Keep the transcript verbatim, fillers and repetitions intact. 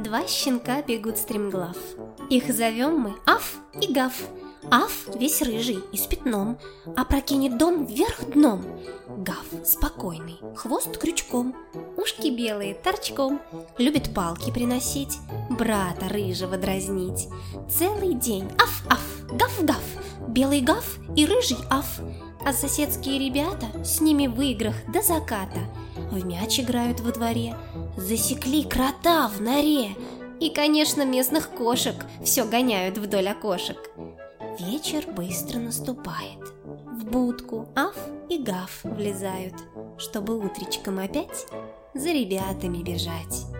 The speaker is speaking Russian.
Два щенка бегут стремглав. Их зовем мы Аф и Гав. Аф весь рыжий и с пятном, опрокинет дом вверх дном. Гав спокойный, хвост крючком, ушки белые торчком, любит палки приносить, брата рыжего дразнить. Целый день Аф-Аф, Гав-Гав, белый Гав и рыжий Аф. А соседские ребята с ними в играх до заката. В мяч играют во дворе, засекли крота в норе. И, конечно, местных кошек все гоняют вдоль окошек. Вечер быстро наступает. В будку Аф и Гав влезают, чтобы утречком опять за ребятами бежать.